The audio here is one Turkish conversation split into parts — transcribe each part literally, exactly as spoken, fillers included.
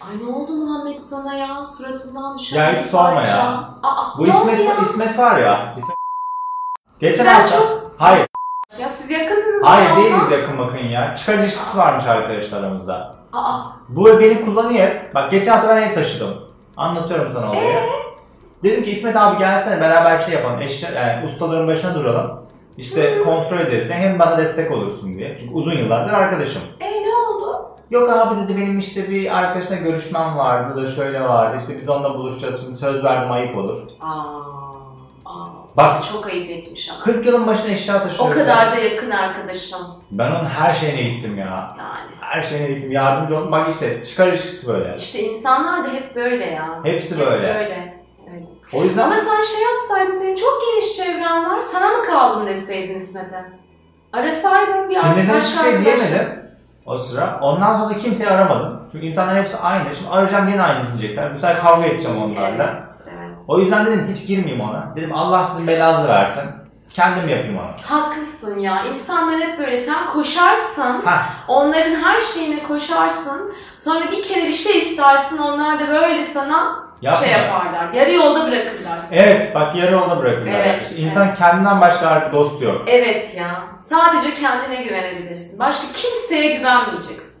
Ay ne oldu Muhammed sana ya? Suratından düşen Ya hiç sorma parça. Ya. Aa, bu İsmet, ya? İsmet var ya. İsmet... Geçen hafta... Çok... Hayır. Ya siz yakındınız Hayır ya değiliz ama. Yakın bakın ya. Çıkar ilişkisi varmış arkadaşlar aramızda. Aa. Bu benim kullanıyor. Bak geçen hafta ben ev taşıdım. Anlatıyorum sana olayı. Ee? Dedim ki İsmet abi gelsene beraber şey yapalım. Eşya, yani ustaların başına duralım. İşte hmm. kontrol ederiz. Hem bana destek olursun diye. Çünkü uzun yıllardır arkadaşım. Eee ne oldu? Yok abi dedi benim işte bir arkadaşımla görüşmem vardı da şöyle vardı. İşte biz onunla buluşacağız şimdi söz verdim ayıp olur. Aa. Aa, bak çok ayıp etmiş ama. kırk yılın başına eşya taşıyoruz. O kadar ya. Da yakın arkadaşım. Ben onun her şeyine gittim ya. Yani. Her şeyine gittim. Yardımcı oldum. Bak işte çıkar ilişkisi böyle. İşte insanlar da hep böyle ya. Hepsi hep böyle. böyle. Öyle. O yüzden... Ama sen şey yapsaydın, senin çok geniş çevren var. Sana mı kaldım deseydin İsmet'e? Arasaydın bir Sinirden hiçbir şey diyemedim o sıra. Ondan sonra kimseyi aramadım. Çünkü insanlar hepsi aynı. Şimdi arayacağım yine aynı diyecekler. Bu sefer kavga edeceğim onlarla. Evet, evet. O yüzden dedim hiç girmeyeyim ona. Dedim Allah sizin belanızı versin. Kendim yapayım onu. Haklısın ya. İnsanlar hep böyle. Sen koşarsın. Heh. Onların her şeyine koşarsın. Sonra bir kere bir şey istersin. Onlar da böyle sana Yapma. şey yaparlar. Yarı yolda bırakırlar seni. Evet. Bak yarı yolda bırakırlar. Evet. İşte insan evet. kendinden başka dost yok. Evet ya. Sadece kendine güvenebilirsin. Başka kimseye güvenmeyeceksin.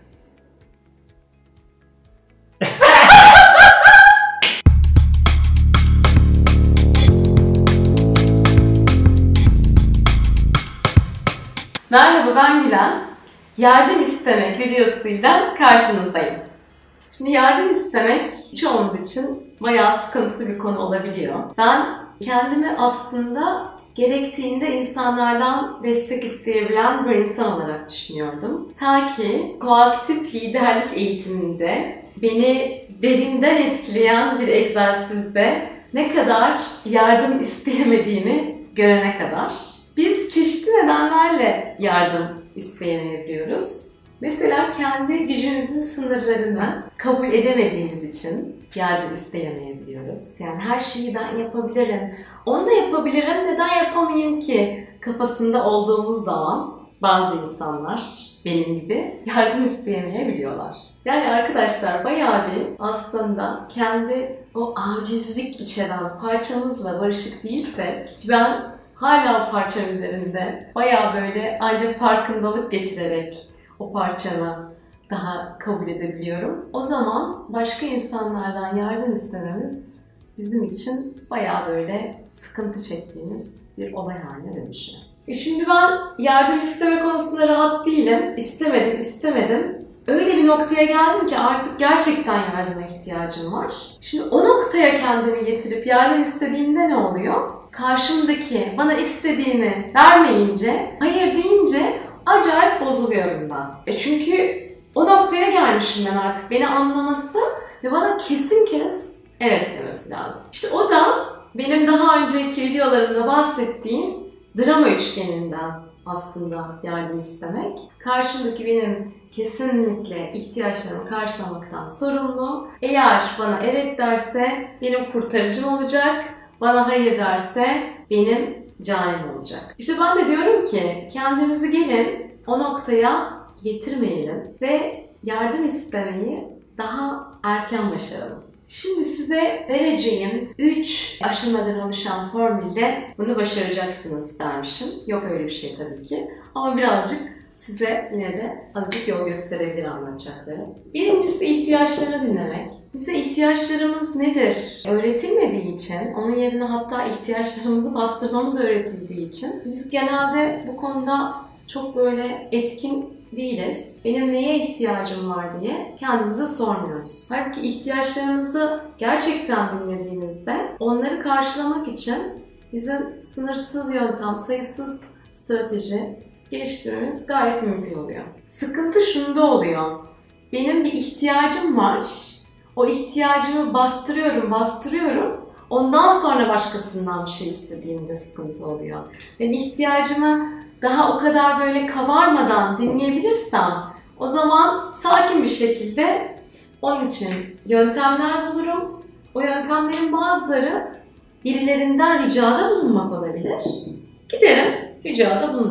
Merhaba ben Gülen. Yardım istemek videosuyla karşınızdayım. Şimdi yardım istemek çoğumuz için bayağı sıkıntılı bir konu olabiliyor. Ben kendimi aslında gerektiğinde insanlardan destek isteyebilen bir insan olarak düşünüyordum. Ta ki koaktif liderlik eğitiminde beni derinden etkileyen bir egzersizde ne kadar yardım isteyemediğimi görene kadar. Biz çeşitli nedenlerle yardım isteyemeyebiliyoruz. Mesela kendi gücümüzün sınırlarını kabul edemediğimiz için yardım isteyemeyebiliyoruz. Yani her şeyi ben yapabilirim, onu da yapabilirim, neden yapamayayım ki kafasında olduğumuz zaman bazı insanlar benim gibi yardım isteyemeyebiliyorlar. Yani arkadaşlar bayağı bir aslında kendi o acizlik içeren parçamızla barışık değilsek, ben hala o parça üzerinde bayağı böyle ancak farkındalık getirerek o parçamı daha kabul edebiliyorum. O zaman başka insanlardan yardım istememiz bizim için bayağı böyle sıkıntı çektiğimiz bir olay haline dönüşüyor. E şimdi ben yardım isteme konusunda rahat değilim. İstemedim, istemedim. Öyle bir noktaya geldim ki artık gerçekten yardıma ihtiyacım var. Şimdi o noktaya kendimi getirip yardım istediğimde ne oluyor? Karşımdaki bana istediğimi vermeyince, hayır deyince acayip bozuluyorum ben. E çünkü o noktaya gelmişim ben artık. Beni anlaması ve bana kesin kes evet demesi lazım. İşte o da benim daha önceki videolarımda bahsettiğim drama üçgeninden aslında yardım istemek. Karşımdaki benim kesinlikle ihtiyaçlarımı karşılamaktan sorumlu. Eğer bana evet derse benim kurtarıcım olacak. Bana hayır derse benim canim olacak. İşte ben de diyorum ki kendimizi gelin o noktaya getirmeyelim ve yardım istemeyi daha erken başaralım. Şimdi size vereceğim üç aşamadan oluşan formülle bunu başaracaksınız dermişim. Yok öyle bir şey tabii ki. Ama birazcık size yine de azıcık yol gösterebilir anlatacaklarım. Birincisi ihtiyaçlarını dinlemek. Bize ihtiyaçlarımız nedir öğretilmediği için, onun yerine hatta ihtiyaçlarımızı bastırmamız öğretildiği için biz genelde bu konuda çok böyle etkin değiliz. Benim neye ihtiyacım var diye kendimize sormuyoruz. Halbuki ihtiyaçlarımızı gerçekten dinlediğimizde onları karşılamak için bizim sınırsız yöntem, sayısız strateji geliştirmemiz gayet mümkün oluyor. Sıkıntı şunda oluyor. Benim bir ihtiyacım var. O ihtiyacımı bastırıyorum, bastırıyorum. Ondan sonra başkasından bir şey istediğimde sıkıntı oluyor. Ben ihtiyacımı daha o kadar böyle kabarmadan dinleyebilirsem o zaman sakin bir şekilde onun için yöntemler bulurum. O yöntemlerin bazıları birilerinden ricada bulunmak olabilir. Giderim, ricada bulunurum.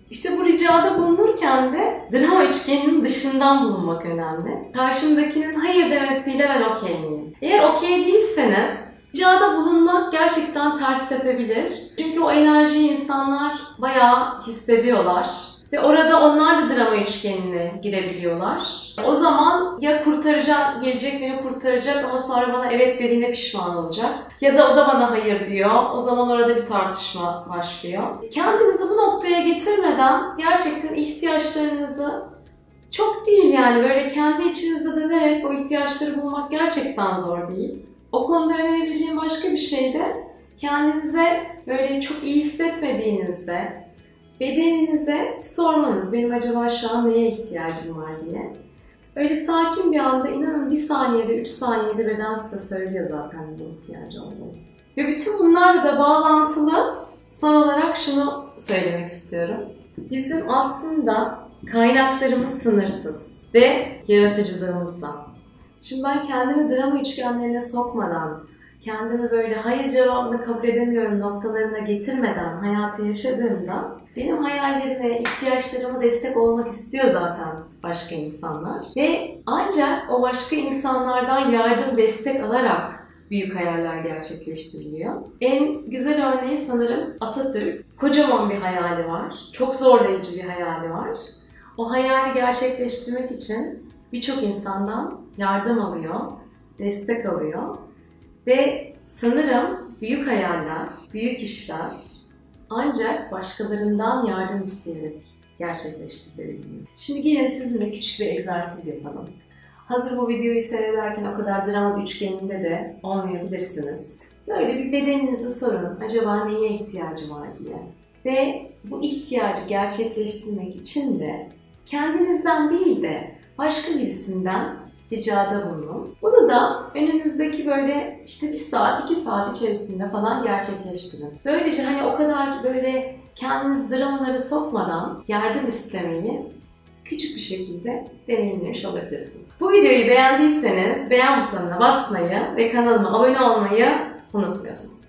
İşte bu ricada bulunurken de drama üçgeninin dışından bulunmak önemli. Karşımdakinin hayır demesiyle ben okey miyim? Eğer okey değilseniz ricada bulunmak gerçekten ters tepebilir. Çünkü o enerjiyi insanlar bayağı hissediyorlar. Ve orada onlar da drama üçgenine girebiliyorlar. O zaman ya kurtaracak, gelecek beni kurtaracak ama sonra bana evet dediğine pişman olacak. Ya da o da bana hayır diyor. O zaman orada bir tartışma başlıyor. Kendinizi bu noktaya getirmeden gerçekten ihtiyaçlarınızı çok değil yani böyle kendi içinize dönerek o ihtiyaçları bulmak gerçekten zor değil. O konuda önerebileceğim başka bir şey de kendinize böyle çok iyi hissetmediğinizde bedeninize sormanız, benim acaba şu an neye ihtiyacım var diye. Öyle sakin bir anda inanın bir saniyede, üç saniyede beden size söylüyor zaten neye ihtiyacı olduğunu. Ve bütün bunlarla da bağlantılı son olarak şunu söylemek istiyorum. Bizim aslında kaynaklarımız sınırsız ve yaratıcılığımızdan. Şimdi ben kendimi drama üçgenlerine sokmadan, kendimi böyle hayır cevabını kabul edemiyorum noktalarına getirmeden hayatı yaşadığımda benim hayallerime, ihtiyaçlarıma destek olmak istiyor zaten başka insanlar. Ve ancak o başka insanlardan yardım, destek alarak büyük hayaller gerçekleştiriliyor. En güzel örneği sanırım Atatürk. Kocaman bir hayali var. Çok zorlayıcı bir hayali var. O hayali gerçekleştirmek için birçok insandan yardım alıyor, destek alıyor. Ve sanırım büyük hayaller, büyük işler ancak başkalarından yardım isteyerek gerçekleştirilebiliyor. Şimdi yine sizinle küçük bir egzersiz yapalım. Hazır bu videoyu seyrederken o kadar drama üçgeninde de olmayabilirsiniz. Böyle bir bedeninize sorun, acaba neye ihtiyacım var diye. Ve bu ihtiyacı gerçekleştirmek için de kendinizden değil de başka birisinden ricada bulunun. Bunu da önümüzdeki böyle işte bir saat, iki saat içerisinde falan gerçekleştirin. Böylece hani o kadar böyle kendinizi dramalara sokmadan yardım istemeyi küçük bir şekilde deneyimlemiş olabilirsiniz. Bu videoyu beğendiyseniz beğen butonuna basmayı ve kanalıma abone olmayı unutmuyorsunuz.